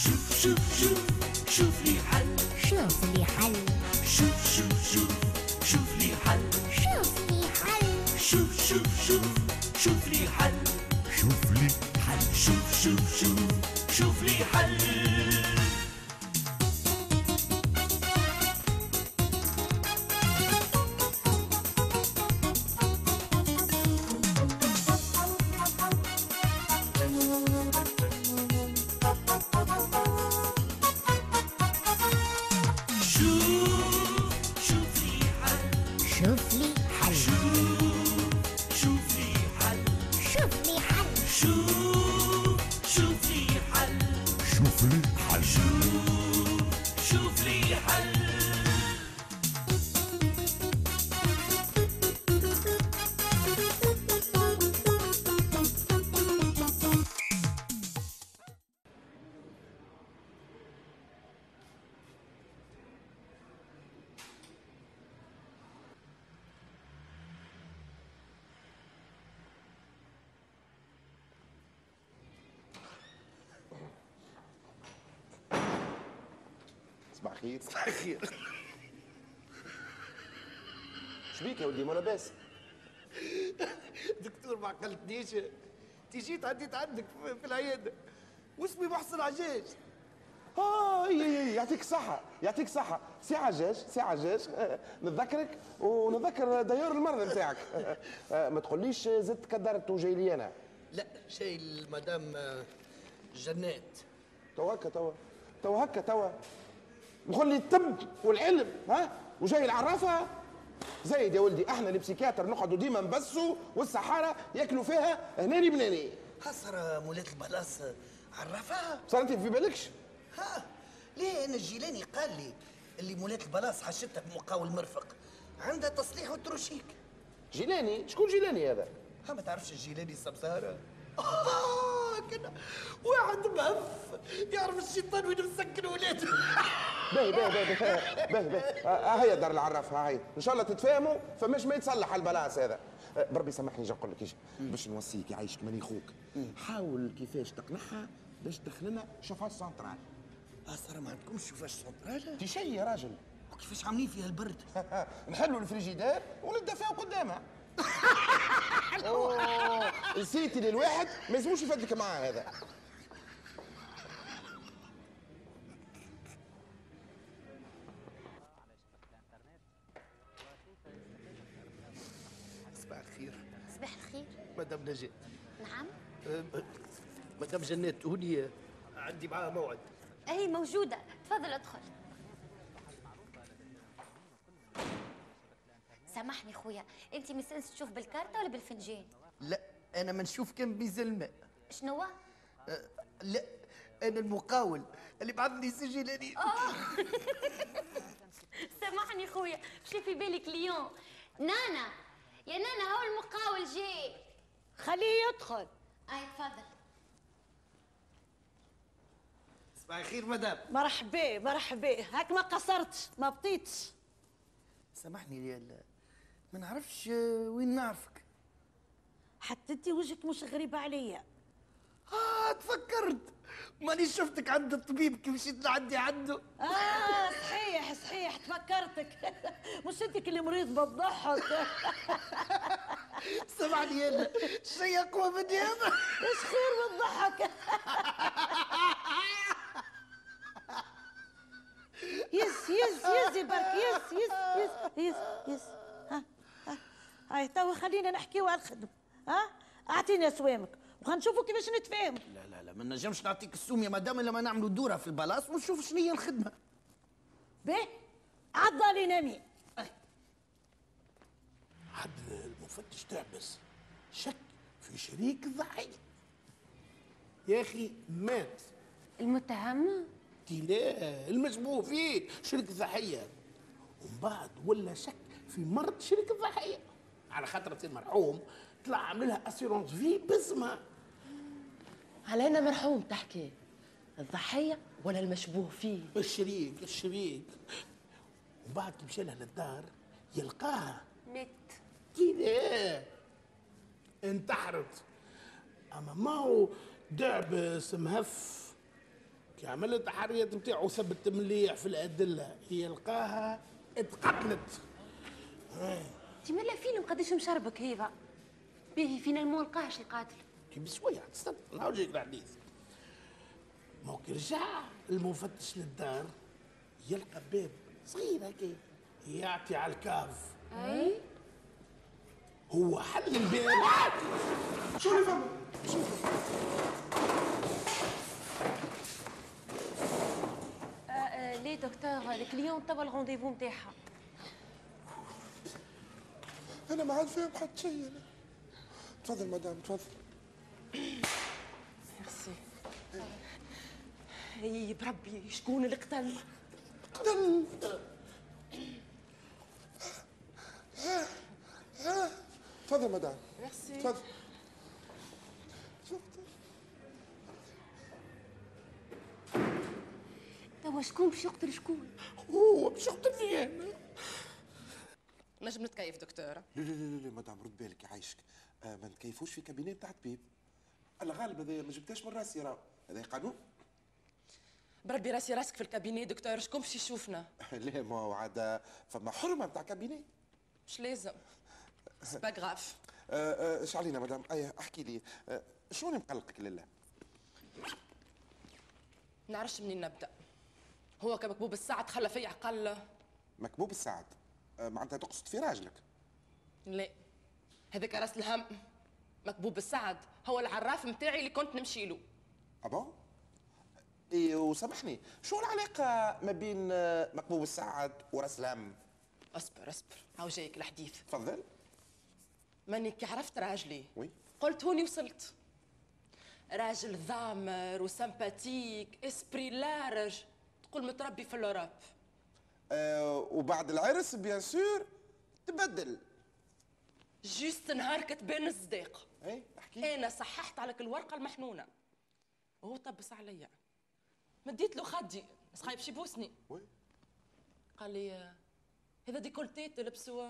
شوف لي حل. شوف لي حل. شوف لي حل. شوف لي حل. شوف لي حل. شوف لي حل. شوف لي حل. صباح الخير. صباح الخير. شبيك يا ولدي ما لاباس؟ دكتور ما عقلتنيش، جيت عديت عندك في العياده واسمي محسن عجاج. يعطيك الصحة يعطيك الصحة. سي عجاج سي عجاج نتذكرك ونتذكر ديار المرضى نتاعك. ما تقوليش زدت كدرت وجاي لي انا. لا شيء المدام جنات. تو هكا نقول لي الطب والعلم وجاي العرافة زايد يا ولدي. احنا البسيكاتر نقعدوا ديما نبسوا والسحارة ياكلوا فيها هناني بناني. حصر مولات البلاص عرفها؟ صارت في بالكش؟ ليه؟ انا الجيلاني قال لي اللي مولات البلاص حشتها بمقاول مرفق عندها تصليح وتروشيك. جيلاني؟ شكون جيلاني هذا؟ ما تعرفش الجيلاني السمسارة؟ كده واحد مهف يعرف الشيطان وين مسكن ولاده. باهي هيا دار العراف هاي ان شاء الله تتفاهموا فماش ما يتصلح البلاص هذا. بربي سامحني نجي نقول لك ايش باش نوصيك يعيشك ماني خوك. حاول كيفاش تقنعها باش تدخل لنا شوفاج سنترال. صار ما عندكمش شوفاج سنترال؟ في شيء يا راجل. وكيفاش عاملين فيها البرد؟ نحلوا الفريجيدير وندفاو قدامها. نسيتي للواحد ما يلزموش يفدلك معاه هذا. صباح الخير. صباح الخير. مدام نجاة. نعم. مدام جنات هوني عندي معاها موعد. اهي موجودة، تفضل ادخل. سامحني خويا، انت مستانس تشوف بالكارتة ولا بالفنجان؟ لا انا ما نشوف كان بيز الماء. شنو؟ لا انا المقاول اللي بعثني سجلاني. سامحني خويا، مشي في بالي كليون. نانا يا نانا، هو المقاول جاي. خليه يدخل. اي تفضل. صباح الخير مدام. مرحبا هاك ما قصرتش ما بطيتش. سامحني يا ما نعرفش وين نعرفك. حتى انت وجهك مش غريب عليا. تفكرت ماني شفتك عند الطبيب كي مشيت لعندي عنده. صحيح تفكرتك. مش انت اللي مريض بالضحك. سامحني يا شيء اقوى مني هذا. ايش خير بالضحك. يس برك يس. هاي توا خلينا نحكيو على الخدمة. اعطيني اسوامك وخنشوفوا كيفاش نتفاهموا. لا ما نجمش نعطيك السوم يا مدام الا ما نعملوا دوره في البلاص ونشوف شنو هي الخدمه. باهي عضالي نامي. عاد المفتش تعبس شك في شريك الضحيه. يا اخي مات المتهم؟ لا المشبوه فيه شريك الضحيه، ومن بعد ولا شك في مرض شريك الضحيه على خاطر المرحوم طلع عامل لها اسيرونس في باسمها. علينا مرحوم تحكي الضحيه ولا المشبوه فيه؟ الشريك وبعد كي مشى لها للدار يلقاها مت كده انتحرت. اما ما هو دعبس مهف كي عمل التحريات نتاعو ثبت مليح في الادله، هي لقاها اتقتلت. تملا فيلم قداش مشربك هيفا. باهي فينالمون لقاهش القاتل. كي بشويه تستنى نعاود لك الحديث. ما كي رجع المفتش للدار يلقى باب صغير هكا يعطي على الكاف. اي هو حل الباب. شو اللي فما؟ ليه دكتور الكليون توا الرونديفو نتاعها. انا ما عاد فاهم حتى شيء انا. تفضل مدام تفضل. ميرسي. اي بربي شكون اللي قتل؟ قتل. تفضل مدام. ميرسي. تفضل. توا شكون باش يقتل شكون؟ هو باش يقتل فيا انا. نجم نتكيف دكتورة؟ لا لا لا لا مدام رد بالك يعيشك. ما نكيفوش في كابينيه بتاع طبيب. الغالب هذا ما جبتهاش من راسي راه هذا قانون. بربي راسي راسك في الكابينيه دكتور، شكون باش يشوفنا؟ لا ما هو عاد فما حرمه بتاع كابينيه. مش لازم. سي با غراف. اش علينا مدام؟ احكي لي شو اللي مقلقك لله؟ نعرفش منين نبدا. هو كمكبوب الساعة خلى فيا عقل. مكبوب السعد معناتها تقصد في راجلك؟ لا هذاك راس الهم. مكبوب السعد هو العراف متاعي اللي كنت نمشي له. ابا إيه وسامحني شو العلاقه ما بين مكبوب السعد وراس الهم؟ اصبر اصبر هاو جايك الحديث. تفضل. ماني كي عرفت راجلي وي قلت هوني وصلت. راجل ضامر وسمباتيك اسبري لارج، تقول متربي في الاوروب. وبعد العرس بيان سور تبدل. جوست نهار كتبان الصداق اي احكي. انا صححت عليك الورقه المحنونه وهو طبس عليا. مديت له خدي بس خايب شي بوسني. وي قال لي هذا ديكولتي تلبسوا.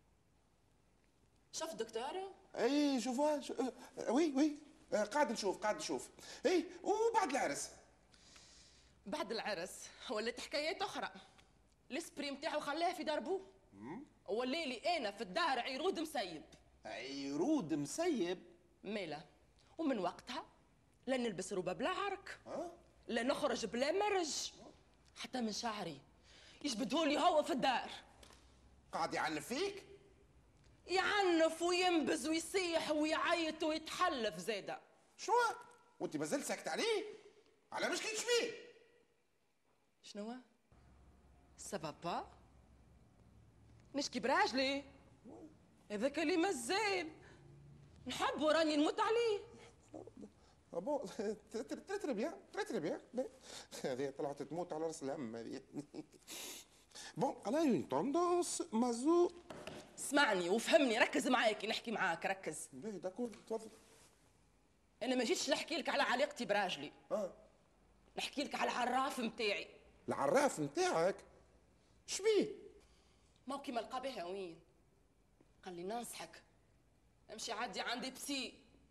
شوف دكتور. اي شوفوا وي وي قاعد نشوف قاعد نشوف. اي وبعد العرس؟ بعد العرس ولات حكايات اخرى. الاسبري نتاعو خلاه في داربو. ولي لي انا في الدار عيرود مسيب. عيرود مسيب؟ مالا ومن وقتها لا نلبس روبه بلا عرك، لا نخرج بلا مرج، حتى من شعري يجبدهولي هو في الدار. قاعد يعنف فيك؟ يعنف وينبز ويصيح ويعيط ويتحلف زاده. شنو؟ وانت مازلت ساكت عليه؟ على مش كيتش فيه؟ شنو؟ سبابا؟ نشكي براجلي؟ هذاك اللي مازال نحب وراني نموت عليه. بون تري بيان هذه طلعت تموت على راس الهم هذه. بون انا اون توندونس مازو. اسمعني وفهمني، ركز معايا كي نحكي معاك، ركز. باهي داكور تفضل. انا ما جيتش نحكي لك على علاقتي براجلي، نحكي لك على العراف متاعي. العراف نتاعك؟ شبيه؟ ما كيما لقى بها وين؟ قال لي ننصحك امشي عدي عندي بسي.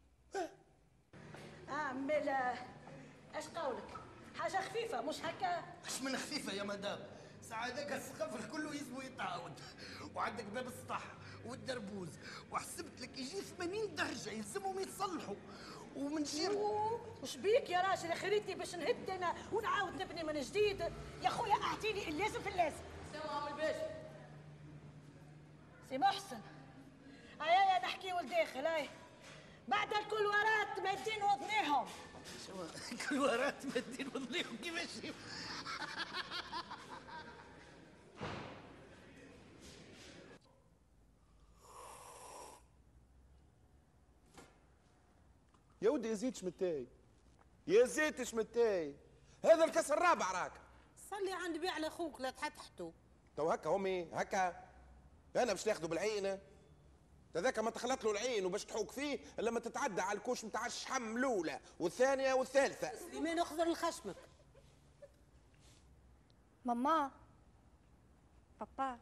اعمل اش قولك؟ حاجه خفيفه مش هكا. اش من خفيفه يا مدام، سعادك السقف الكل يزبو يتعاود، وعندك باب السطح والدربوز، وحسبت لك يجي 80 درجه يلزمهم يتصلحوا، ومن جير. وش بيك يا راجل خريتني باش نهد انا ونعاود نبني من جديد؟ يا خويا اعطيني اللازم في اللازم. سوا عامل باشا. سي محسن هيا نحكيو لداخل. هاي بعد الكلورات مادين وضنيهم. كلورات مدين وضنيهم كيفاش؟ يا ودي يزيد شمتاي يا زيت شمتاي، هذا الكاس الرابع راك. صلي عند بيع لاخوك لا تحتحتو. تو هكا امي هكا انا باش ناخذه بالعين؟ هذاك ما تخلط له العين وباش تحوك فيه الا لما تتعدى على الكوش نتاع الشحم الاولى والثانيه والثالثه. سليمان اخضر لخشمك. ماما بابا.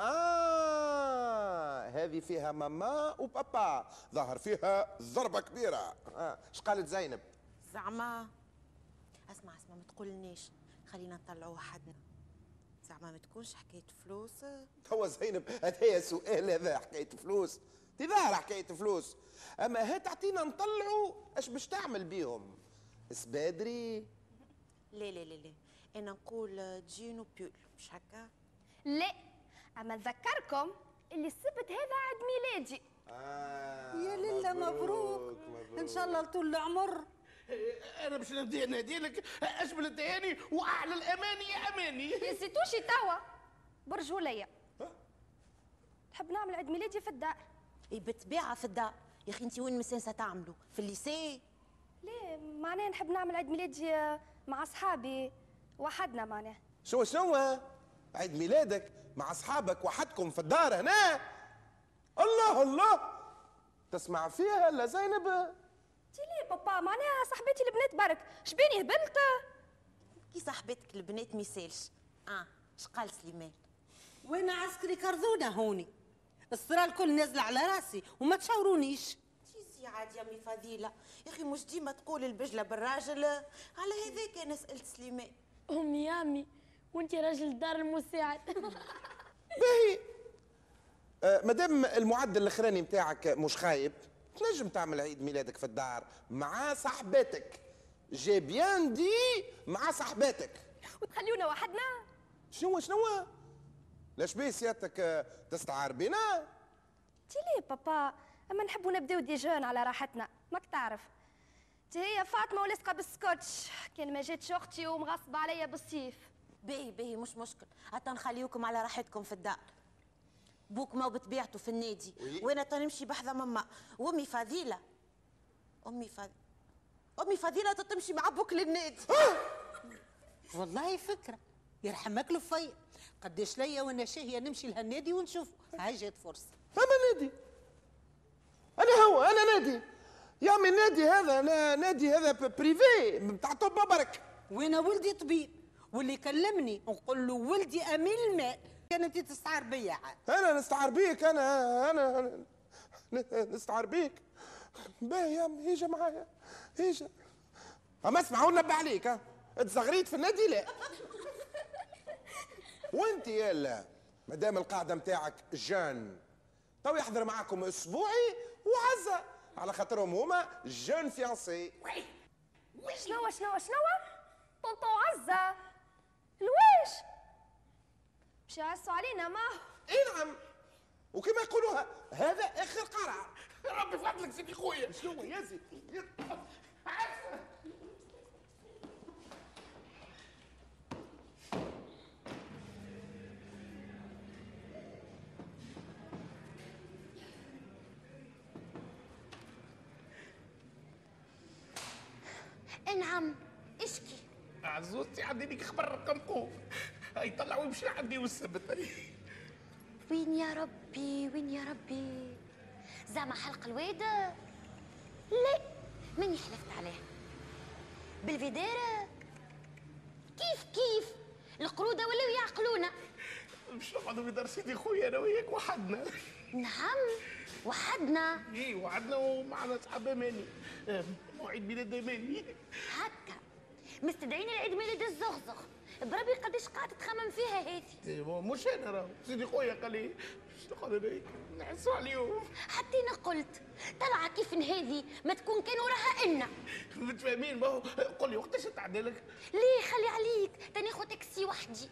هذه فيها ماما وبابا، ظهر فيها ضربه كبيره. اش قالت زينب؟ زعما اسمع ما تقولنيش، خلينا نطلعوا وحدنا. زعما ما تكونش حكايه فلوس. توا زينب هذايا سؤال، هذا حكايه فلوس؟ تظاهر حكايه فلوس، اما هات تعطينا نطلعوا اش باش تعمل بيهم؟ سبادري؟ لا لا لا لا، انا نقول جين وبيول، مش هكا؟ لا، اما نذكركم اللي السبت هذا عيد ميلادي. يا لله مبروك. ان شاء الله طول العمر. انا باش نهدي لك اجمل التهاني واحلى الاماني يا اماني. نسيتوشي توا برجوليه. تحب نعمل عيد ميلادي في الدار؟ اي بالطبيعه في الدار. يا اخي انت وين مسانسه تعملوا؟ في الليسي؟ ليه، معناها نحب نعمل عيد ميلادي مع اصحابي وحدنا. معناها شنو عيد ميلادك مع اصحابك وحدكم في الدار هنا؟ الله الله، تسمع فيها لا زينب؟ تي ليه بابا، معناها صاحبتي البنات برك، شبيني هبلت؟ كي صاحبتك البنات ميسالش. اش قال سليمان؟ وانا عسكري كرذونه هوني، الصرا الكل نازله على راسي وما تشاورونيش. تيزي عاد يا امي فضيله، يا اخي مش ديما تقول البجله بالراجل، على هذاك انا سالت سليمان. امي يا امي، وانت راجل الدار المساعد. باهي، مادام المعدل الاخراني نتاعك مش خايب، تنجم تعمل عيد ميلادك في الدار مع صاحباتك. جي بيان دي مع صاحباتك. وتخليونا وحدنا؟ شنو؟ لاش بيه سيادتك تستعار بينا؟ تي ليه بابا، اما نحبوا نبداو دي جون على راحتنا، ماك تعرف. تي هي فاطمه ولصقه بالسكوتش، كان ما جاتش اختي ومغصبه عليا بالسيف. باهي مش مشكل، حتى نخليوكم على راحتكم في الدار. بوك ما بطبيعته في النادي، وانا تنمشي بحذا ماما. وامي فضيله، امي فضيله تمشي مع بوك للنادي. والله فكره، يرحمك لفي قداش ليا وانا شاهيه نمشي لهالنادي ونشوف. هاي جات فرصه. انا نادي، انا نادي يا عمي. النادي هذا نادي هذا بريفي بتاع طب برك. وانا ولدي طبيب، واللي كلمني نقول له ولدي امين الماء. كانت تستعار بيا عاد. انا نستعار بيك؟ انا نستعار بيك؟ باهي يا عمي، هيجا معايا هيجا. اما اسمع ونبه عليك، تزغريت في النادي لا. وانت يلا مادام القاعده نتاعك جان، تو يحضر معاكم اسبوعي وعزه، على خاطرهم هما جون فيانسي. شنو طنطو عزه الواش مش يعسوا علينا؟ ما اي نعم، وكما يقولوها هذا اخر قرار. ربي فضلك سيدي خويا. شنو يا سيدي؟ انعم اشكي. عزوزتي عندي لك خبر رقم خوف. هاي طلعوا يمشي عندي والسبت. وين يا ربي زعما حلق الواد؟ لا، ماني حلفت عليه. بالفدارة كيف القرودة ولاو يعقلونا. مش نقعدوا في دار سيدي خويا انا وياك وحدنا. نعم وحدنا. اي وحدنا ومعنا صحاب اماني. موعد ميلاد اماني. هكا مستدعين العيد ميلاد الزغزغ. بربي قداش قاعدة تخمم فيها هذه. مش انا راهو سيدي خويا قال لي باش نقعد انا نحسوا عليهم. حتى انا قلت طلعة كيف هذه ما تكون كان وراها إلنا. متفاهمين. ما هو قول لي وقتاش تعدي لك؟ ليه خلي عليك، تناخذ تاكسي وحدي.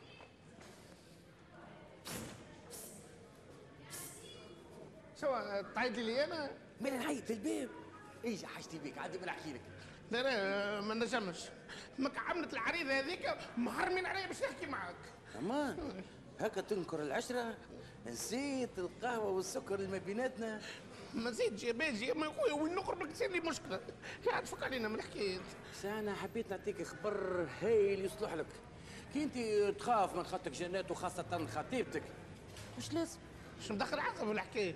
شو تعيط لي انا؟ من نعيط في الباب. ايش حاجتي بيك؟ عادي بنحكي لك. لا ما نجمش. ماك عملت العريضه هذيك محرمين عليا باش نحكي معاك. امان هكا تنكر العشره؟ نسيت القهوه والسكر اللي ما بيناتنا. ما زيد يا باجي يا خويا وين نخرج لك تصير لي مشكله. قاعد تفك علينا من الحكايه. بس انا حبيت نعطيك خبر هايل يصلح لك. كي انت تخاف من خطك جنات وخاصه خطيبتك، مش لازم. مش مدخل عصا في الحكايه.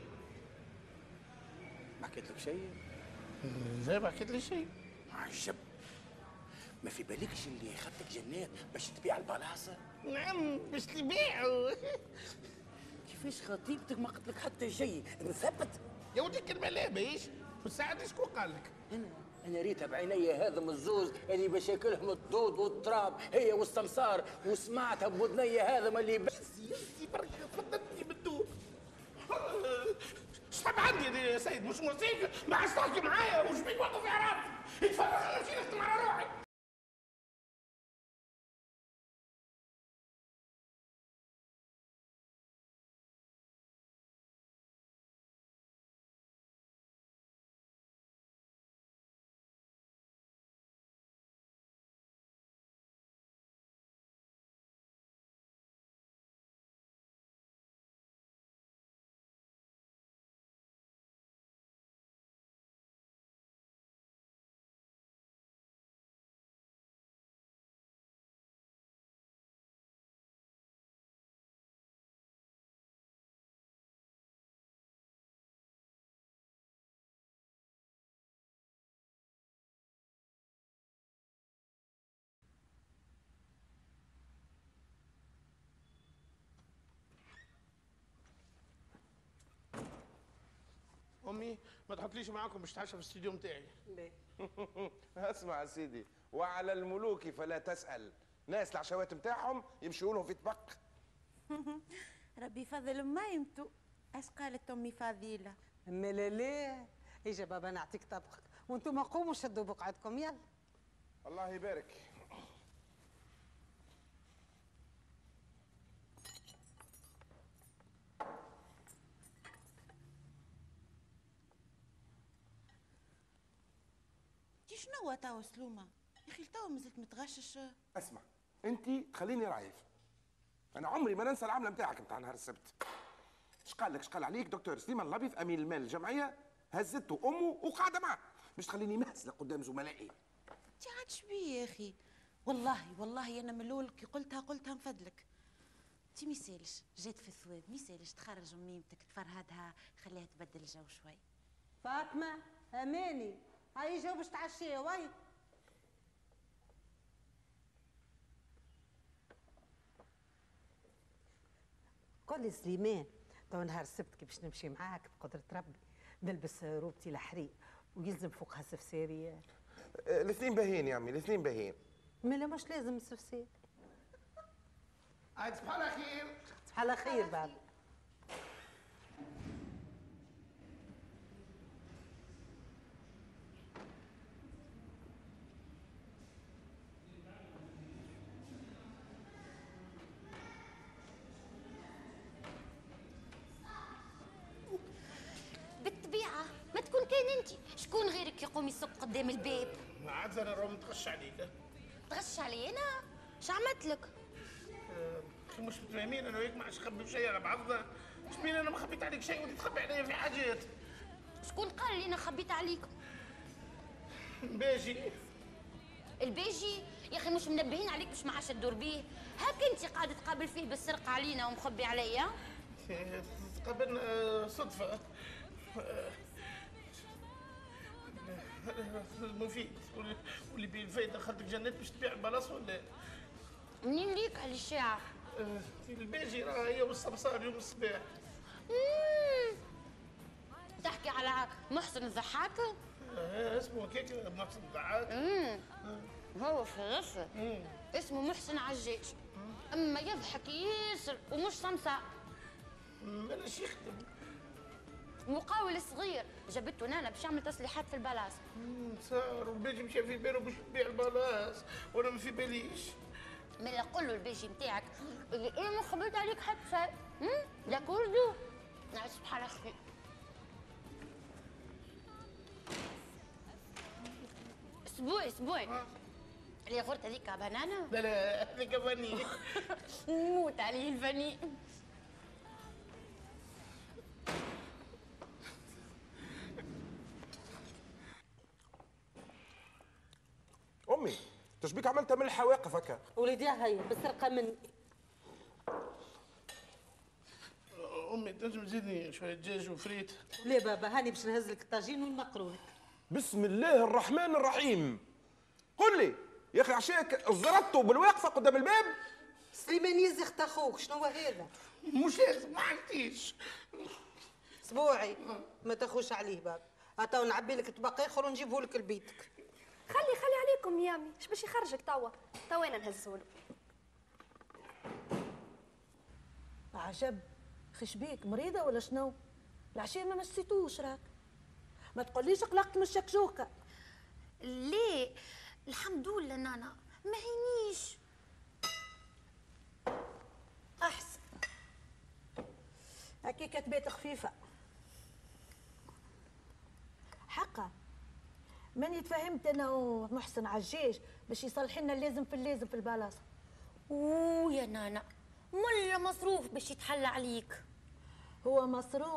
ما حكيت لك شيء؟ لا ما حكيت لي شيء. عجب، ما في بالكش اللي خدتك جنات باش تبيع البلاصه؟ نعم باش تبيعوا. كيفاش خطيبتك ما قلت لك حتى شيء؟ مثبت يا ودي كلمه لا بايش. والساعه شكون قال لك؟ انا انا ريتها بعيني هذم الزوز اللي بشكلهم الدود والتراب هي والسمسار، وسمعتها بودني هذم اللي بس يزي برك فضلتني بالدود. شحال عندي يا سيد مش موسيقى، ما عادش تحكي معايا وش بيك وقف يا راسي، يتفرغ انا نمشي نخدم على روحي. امي ما تحطليش معاكم باش تعشى في الاستديو نتاعي. اسمع يا سيدي، وعلى الملوك فلا تسأل، ناس العشوات نتاعهم يمشوا لهم في طبق. ربي يفضل ما يمتو. اش قالت امي فضيله؟ لا اجا بابا نعطيك طبقك وانتم قوموا شدوا بقعتكم يلا. الله يبارك. شنو هو توا سلومه؟ يا اخي توا مازلت متغشش. اسمع، انت تخليني رايف. انا عمري ما ننسى العمله نتاعك نتاع نهار السبت. اش قال لك؟ اش قال عليك دكتور سليمان اللبيث امين المال الجمعيه؟ هزته امه وقاعده معاه باش تخليني مهزله قدام زملائي. انت عاد شبيه يا اخي؟ والله انا من الاول كي قلتها من فضلك. انت ميسالش، جات في الثواب، ميسالش تخرج ميمتك تفرهدها، خليها تبدل الجو شوي. فاطمه اماني هاي جو باش تعشي وي. قول لي سليمان، تو نهار السبت كي باش نمشي معاك بقدرة ربي نلبس روبتي الحريق ويلزم فوقها سفسارية. الاثنين باهين يا عمي، الاثنين باهين. مالا مش لازم السفسار. عاد صباح الخير. صباح الخير بابا. بالطبيعة ما تكون كان انت، شكون غيرك يقوم يسق قدام الباب؟ عاد انا راه متغش عليك. تغش علي انا؟ اش عملت لك؟ اخي مش متفاهمين انا وياك، ما عادش نخبي شيء على بعضنا. اش بين انا ما خبيت عليك شيء وانت تخبي عليا في حاجات. شكون قال لي انا خبيت عليكم؟ باجي الباجي يا اخي مش منبهين عليك باش ما عادش تدور بيه، هاك انت قاعد تقابل فيه بالسرقه علينا ومخبي عليا. تقابلنا صدفه. المفيد واللي بيه الفايده خلتك جنات باش تبيع البلاصه ولا؟ منين ليك على الشاعر؟ الباجي راه هي والسمسار يوم الصباح. تحكي على محسن الضحاك؟ اسمه كيك محسن الضحاك. هو في غفة اسمه محسن عجاج، اما يضحك ياسر ومش سمسار. مالاش يخدم. مقاول صغير جابته نانا باش يعمل تصليحات في البلاص. صار والباجي مشى في باله باش يبيع البلاص وانا ما في باليش. مالا قول له الباجي نتاعك ايه ما خبيت عليك حتى شيء. لا كردو نعيش بحال اخي. اسبوعي اللي غرت هذيك بنانا؟ لا هذيك فاني. نموت عليه الفاني. امي تشبيك عملتها من الحواقف هكا؟ وليدي هيا بالسرقه مني. امي تنجم تزيدني شويه دجاج وفريت؟ لا بابا هاني باش نهز لك الطاجين والمقرونه. بسم الله الرحمن الرحيم. قل لي يا اخي عشاك زرطته بالواقفه قدام الباب؟ سليمان يزخت اخوك شنو هو هذا؟ مش لازم ما عرفتيش. اسبوعي ما تخوش عليه بابا، هاتو نعبي لك طبق اخر ونجيبه لك لبيتك. خلي عليكم يامي، اش باش يخرجك توا انا نهزهولو. عجب، خش بيك مريضه ولا شنو؟ العشيه ما مسيتوش راك، ما تقوليش قلقت من الشكشوكه. ليه الحمد لله نانا ما عينيش. احسن هكي كتبات خفيفه حقا. ماني تفهمت انا ومحسن عجاج باش يصلح لنا اللازم في اللازم في البلاصه. يا نانا ملا مصروف باش يتحلى عليك. هو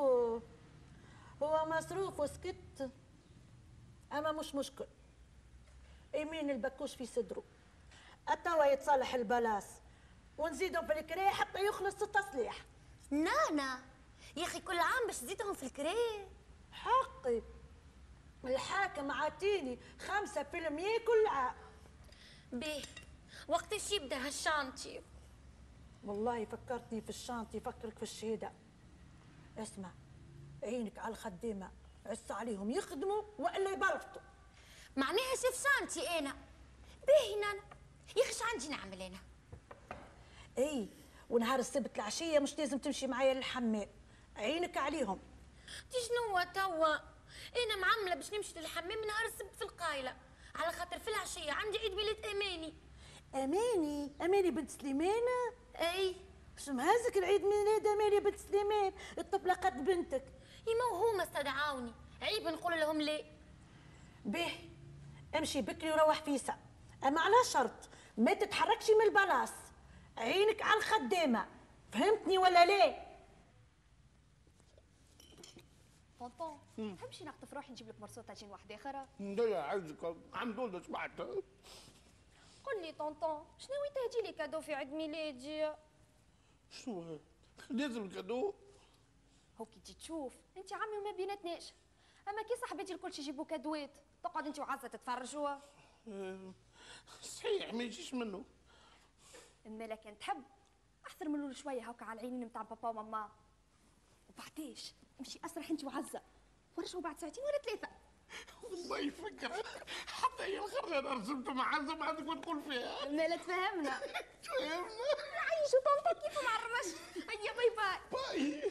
مصروف وسكت، اما مش مشكل. يمين البكوش في صدره، التوا يتصالح البلاص ونزيدهم في الكريه حتى يخلص التصليح. نانا يا اخي كل عام باش تزيدهم في الكريه. حقي الحاكم عاتيني 5% كل عام. بيه وقتاش يبدا هالشانتي؟ والله فكرتني في الشانتي فكرك في الشهاده. اسمع، عينك على الخدامه، عس عليهم يخدموا والا يبرفطوا. معناها شوف شانتي انا باهي نانا. يا اخي عندي نعمل انا؟ اي ونهار السبت العشيه مش لازم تمشي معايا للحمام، عينك عليهم. دي شنو توا؟ انا معمله باش نمشي للحمام نهار السبت في القايله، على خاطر في العشيه عندي عيد ميلاد اماني. اماني بنت سليمانه؟ اي شو مهزك العيد ميلاد اماني بنت سليمان؟ الطفله قد بنتك. يما هما استدعاوني، عيب نقول لهم ليه. به امشي بكري وروح فيسا، اما على شرط ما تتحركش من البلاص، عينك على الخدامه، فهمتني ولا لا؟ طونطون تحبش نخطف روحي نجيب لك مرصوصه تاجين واحده اخرى؟ لا عايزك الحمد لله سمعت. قل لي طونطون شنو تهدي لي كادو في عيد ميلادي؟ شنو لازم الكادو؟ هو كي تجي تشوف انت عمي وما بيناتناش، اما كي صاحباتي الكل يجيبوا كادوات تقعد انت وعزه تتفرجوا. صحيح ما يجيش منه. اما لا كان تحب احسن من شويه هكا على العينين نتاع بابا وماما. وبعديش امشي اسرح انت وعزه ورجعوا بعد ساعتين ولا 3. والله فكرة حتى هي الخرة انا رسمت مع عزة ما عندك ما تقول فيها. اما لا تفهمنا. تفهمنا؟ عيشوا طنطا كيف ما عرفش. هيا باي باي. باي.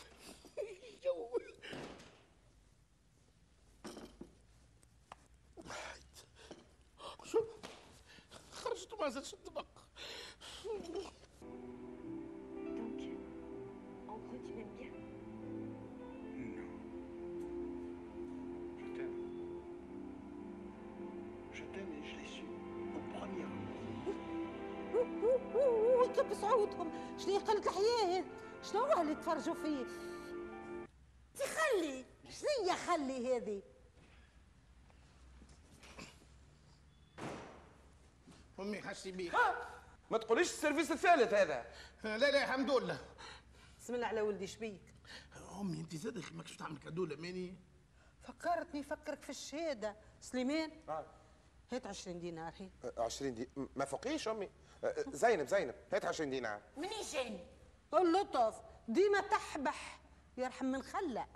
شو خرجت ما زالش الطبق. يكبس عودهم، شنو قلة الحياة؟ شنو هو اللي تفرجوا فيه؟ خلي شنو هي خلي هذه؟ امي حسي بيك. ما تقوليش السيرفيس الثالث هذا. لا الحمد لله. بسم الله على ولدي شبيك؟ امي انت زاد ماكش تعمل كادو لماني؟ فكرتني فكرك في الشهاده. سليمان هات 20 دينار. هي 20 دي ما فوقيش امي. زينب هات 20 دينار. منين جاني؟ اللطف ديما تحبح يرحم من خلق.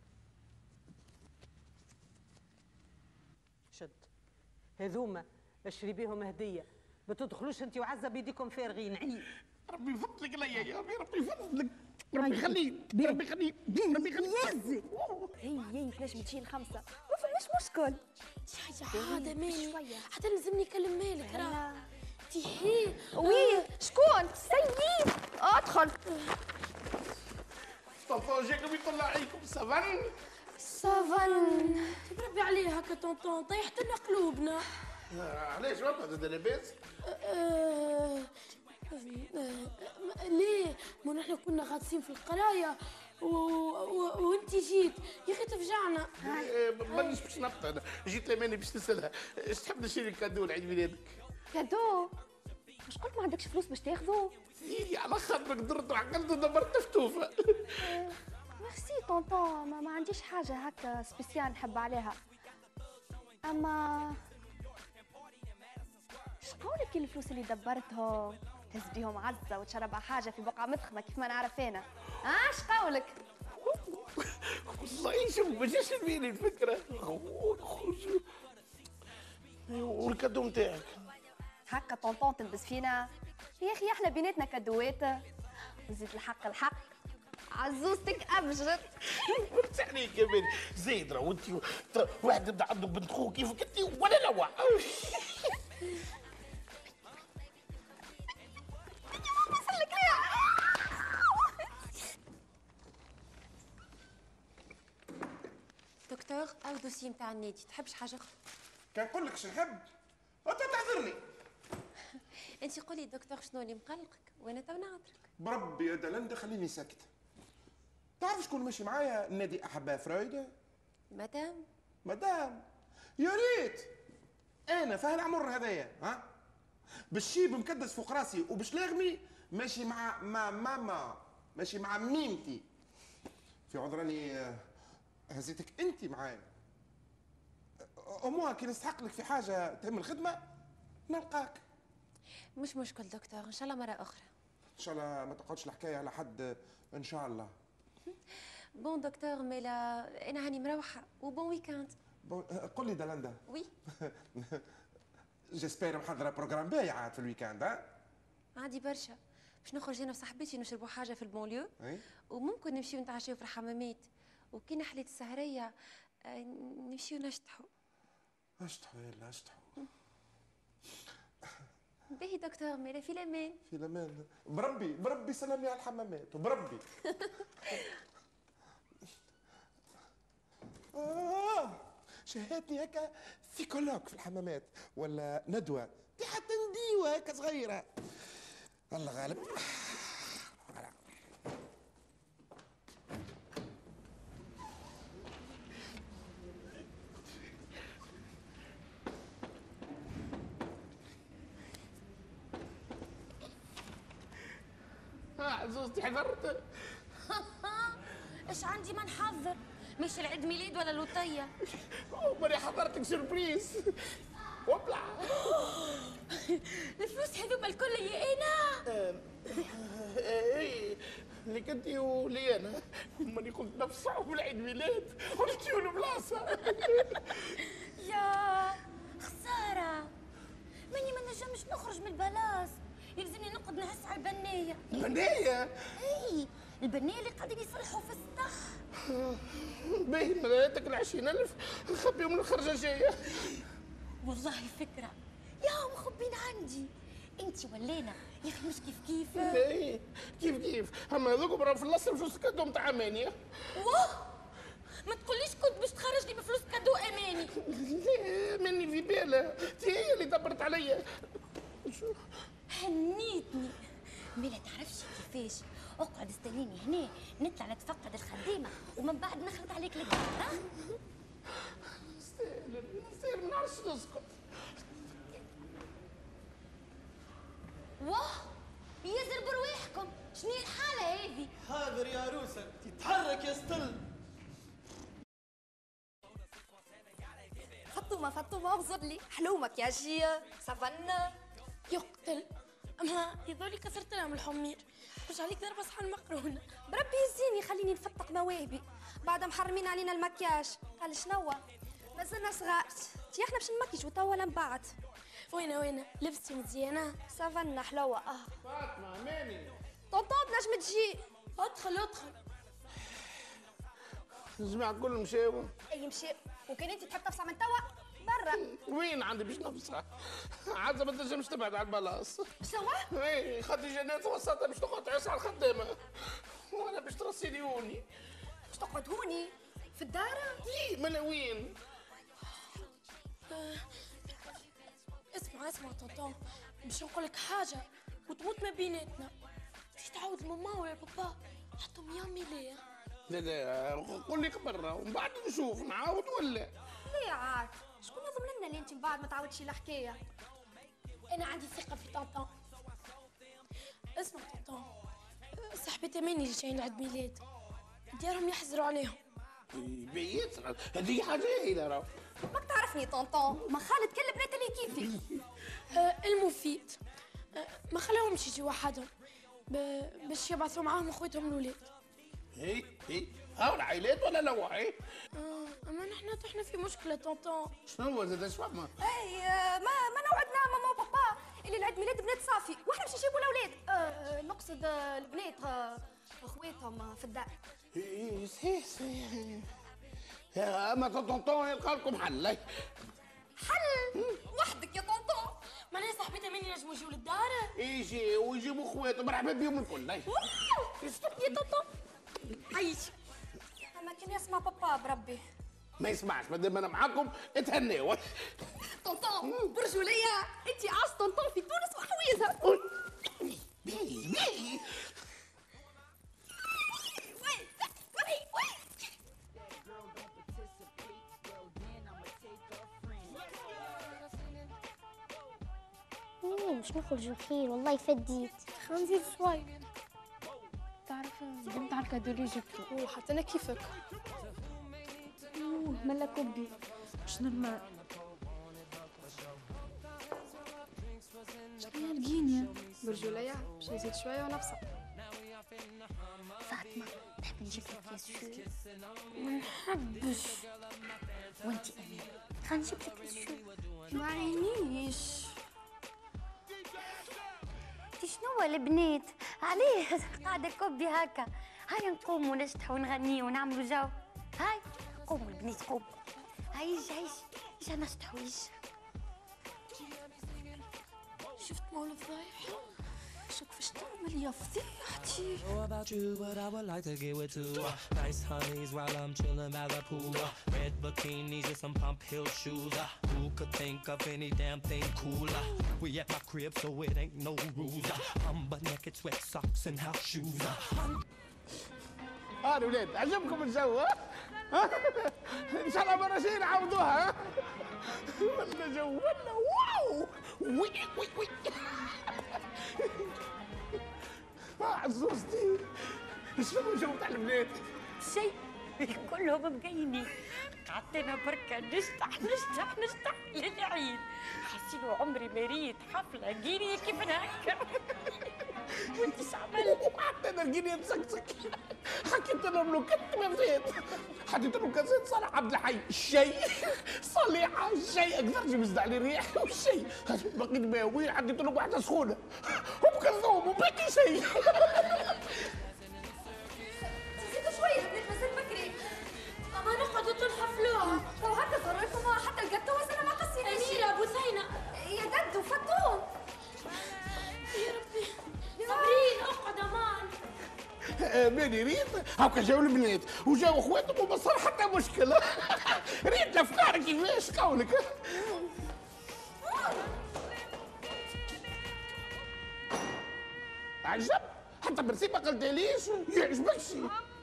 شد هذوما اشري بيهم هديه، ما تدخلوش انت وعزه بيديكم فارغين. عيب. ربي يفضلك عليا يا امي، ربي يفضلك، ربي يخليك، ربي يخليك، ربي يخليك. هي تنجم تشيل 5 ما فماش مشكل. حاجه ماني حتى لازمني نكلم مالك راه تيحي. وي شكون؟ سيد ادخل. طنطون جاكم يطلع عليكم سافن. سافن بربي عليه هكا طونطون طيحت لنا قلوبنا. علاش هذا لاباس؟ ليه؟ ما نحن كنا غاطسين في القرايه وانت جيت يا اخي تفجعنا. مانيش باش نبط انا، جيت لماني باش نسالها اش تحب نشري كادو لعيد ميلادك؟ كادو؟ مش قلت ما عندكش فلوس باش تاخذوا؟ سيدي على خاطرك درت وعقلت ودبرت فتوفه. ميرسي طونطون، ما عنديش حاجه هكا سبيسيال نحب عليها. اما شقولك الفلوس اللي دبرتهم تهز بيهم عزه وتشربها حاجه في بقعه مدخمه كيف ما نعرف انا؟ شقولك؟ والله شوف ما جاش في بالي الفكره. والكادو نتاعك؟ هكا طونطون تلبس فينا؟ يا اخي احنا بيناتنا كادوات. وزيد الحق عزوزتك ابجد. قلت عليك يا بني زيد راهو انت واحد يبدا عنده بنت خوه كيفك انت ولا نوع. دكتور او دوسي نتاع النادي، تحبش حاجه اخرى؟ كان نقول لك شنحب انت تعذرني. انت قولي دكتور شنو اللي مقلقك وانا تو نعذرك. بربي يا دلندا خليني ساكت. تعرف شكون ماشي معايا النادي احباء فرويد؟ مدام يا ريت انا في هالعمر هذايا ها بالشيب مكدس فوق راسي وبشلاغمي ماشي مع ماما، ماشي مع ميمتي. في عذراني هزيتك انت معايا. امها كي نستحق لك في حاجه تهم الخدمه نلقاك. مش مشكل دكتور، ان شاء الله مره اخرى. ان شاء الله ما تقعدش الحكايه على حد ان شاء الله. بون دكتور ميلا انا هاني مروحه وبون ويكاند. قل لي دلندا. وي. جيسبير محضره بروجرام باهي عاد في الويكاند ها؟ عادي برشا، باش نخرج انا وصاحبتي نشربوا حاجه في البونليو وممكن نمشيو نتعشاو في الحمامات، وكي نحليت السهريه نمشيو نشطحوا. اشطحوا يلا اشطحوا. باهي دكتور ميلا في الامان. في الامان. بربي سلامي على الحمامات وبربي. شهاتني هكا في كولوك في الحمامات ولا ندوه دي حتى نديوه هكا صغيره. الله غالب. عزوزتي حضرت؟ ايش عندي ما نحضر؟ مش العيد ميلاد ولا لوطيه؟ ماني حضرتك سربريز. وابلع. الفلوس هذوما الكل يا انا. اي لك انت ولي انا. ماني قلت نفس صعب العيد ميلاد ونمشيو لبلاصه. يا خساره، ماني ما نجمش نخرج من البلاص، يلزمني نقعد نهس على البنيه. البنيه؟ اي البنيه اللي قاعدين يصلحوا في السطح. باهي ملاتك ال20,000 نخبيهم الخرجه الجايه. والله فكره، يا مخبين عندي. انت ولينا يا اخي مش كيف ايه كيف اما هذوك راهم في الاصل فلوس كادو نتاع اماني. واه ما تقوليش كنت باش تخرجني بفلوس كادو اماني. لا ماني في بالها، هي اللي دبرت عليا. هنيتني. ما لا تعرفش كيفاش. اقعد استنيني هنا نطلع نتفقد الخدامه ومن بعد نخلط عليك القهوه. ها؟ نسير ما نعرفش نسكت. واه يزر برواحكم، شنو الحاله هذه؟ حاضر يا عروسه، تتحرك يا ستل. فطومه اغزر لي حلومك يا جيه سافنا. يقتل اما يظل كسرت لهم الحمير، مش عليك ضربه صحن مقرونه. بربي يزيني خليني نفتق مواهبي بعد محرمين علينا المكياج. قال شنوا مازلنا صغار، تي احنا باش نمكيج وتوا ولا من بعد؟ وين لبستي مزيانه؟ سافنا حلوه. فاطمه اماني طنطا نجم تجي. ادخل الجماعه كلهم مشاو. اي مشي، وكان انت تحب تفصح من توا برا. وين عندي باش نفصح؟ عزة ما تنجمش تبعد على البلاص. شنو؟ اي خدي جنات وسطها باش تقعد تعيش على الخدامه وانا باش ترصيني هوني. باش تقعد هوني في الدار؟ اي ما انا وين؟ اسمع طنطون، باش نقول لك حاجه وتموت ما بيناتنا. كي تعاود ماما ولا بابا حطوا 100 مليار. لا قول لي برا ومن بعد نشوف نعاود ولا ليه عاد؟ شكون يضمن لنا اللي انت من بعد ما تعاودش الحكايه؟ انا عندي ثقه في طنطون. اسمع طنطون، صاحبتي اماني اللي جايين عيد ميلاد ديارهم يحزروا عليهم. بيت هذه حاجه هايله راه. ماك تعرفني طنطون، ما خالد كل البنات اللي كيفي. المفيد ما خلاهمش يجي وحدهم باش يبعثوا معاهم اخواتهم الاولاد. هي هاو العائلات ولا لوعي؟ اما نحن في مشكله طونطون. شنو هو زاد اش فما؟ اي ما نوعدنا ماما وبابا اللي العيد ميلاد بنات صافي واحنا باش نجيبوا الاولاد. نقصد البنات اخواتهم في الدار. ايه صحيح. اما طونطون يلقى لكم حل. حل وحدك يا طونطون. معناها صاحبتي مني نجموا يجيو للدار. يجي ويجيبوا خواتهم مرحبا بهم الكل. يا طونطون عيش. اما كان يسمع بابا بربي. ما يسمعش مادام انا معاكم اتهناوا. طونطون برجوليه انت عاش طونطون في تونس وحويزها. باهي مش نخرج الخير والله فديت. خلينا نزيد شوي. تعرف ندمت على الكادو اللي جبته. وحتى انا كيفك. ملا كوبي مش نورمال. شكلها القينية برجولية باش نزيد شوية ونفصل. فاطمة تحب نجيب لك كيس شو؟ ما نحبش. وانتي أمين خلينا نجيب لك كيس شو؟ ما عينيش. شنو البنات عليه قاعده كوبي هكا؟ هاي نقوموا نشطحوا ونغنيوا ونعملوا جو. هاي قوموا البنات قوموا. هاي اجا نشطحوا شفت مولى فضايح؟ شوف كيفاش تعمل يا فضيحتي. Know about you, but I would like to get with two nice honeys while I'm chilling by the pool. Red bikinis and some pump heel shoes. Who could think of any damn thing cooler? We at my crib, so it ain't no rules. I'm butt naked, sweat socks and house shoes. الولاد عجبكم الجو؟ ان شاء الله مرة شي نعاودوها. ولا جو ولا واو. وي وي وي. عزوزتي شنو الجو تاع البنات؟ شيء كلهم مقينين. قعدت انا بركه نشطح للعيد. حسيت عمري ما ريت حفله قينيه كيف هكا. وانت ايش عملت؟ حتى انا القينيه مسكسك. حكيت لهم لو كنت ما فات. حطيت لهم كاسات صالح عبد الحي الشيء صليحه الشيء اقدر جبت عليه ريح والشيء بقيت باوي. حطيت لهم واحده سخونه وبكذوب وباقي شيء. زيدوا شويه البنات مازال بكري. اما نقعدوا تنحفلوها. وهكا صار حتى الجاتو انا ما قصيناش. اميره بوسينه يا دد وفطوم. يا ربي صابرين اقعد امان. ماني ريت هاكا جاو البنات وجاو اخواتهم وما صار حتى مشكله. ريت افكارك كيفاش قولك. عجب حتى برسي ما قلتليش يعجبكش.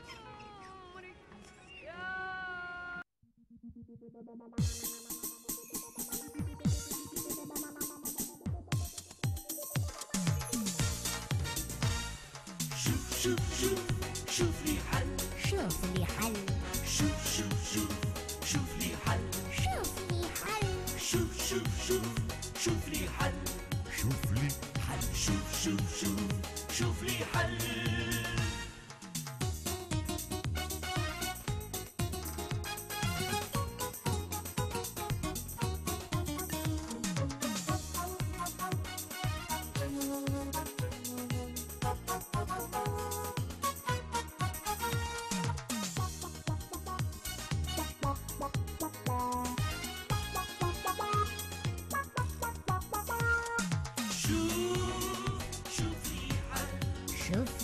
شوف لي حل. شوف لي حل. شوف لي حل. شوف لي حل. شوف لي حل. شوف لي حل. شوف لي حل. شوف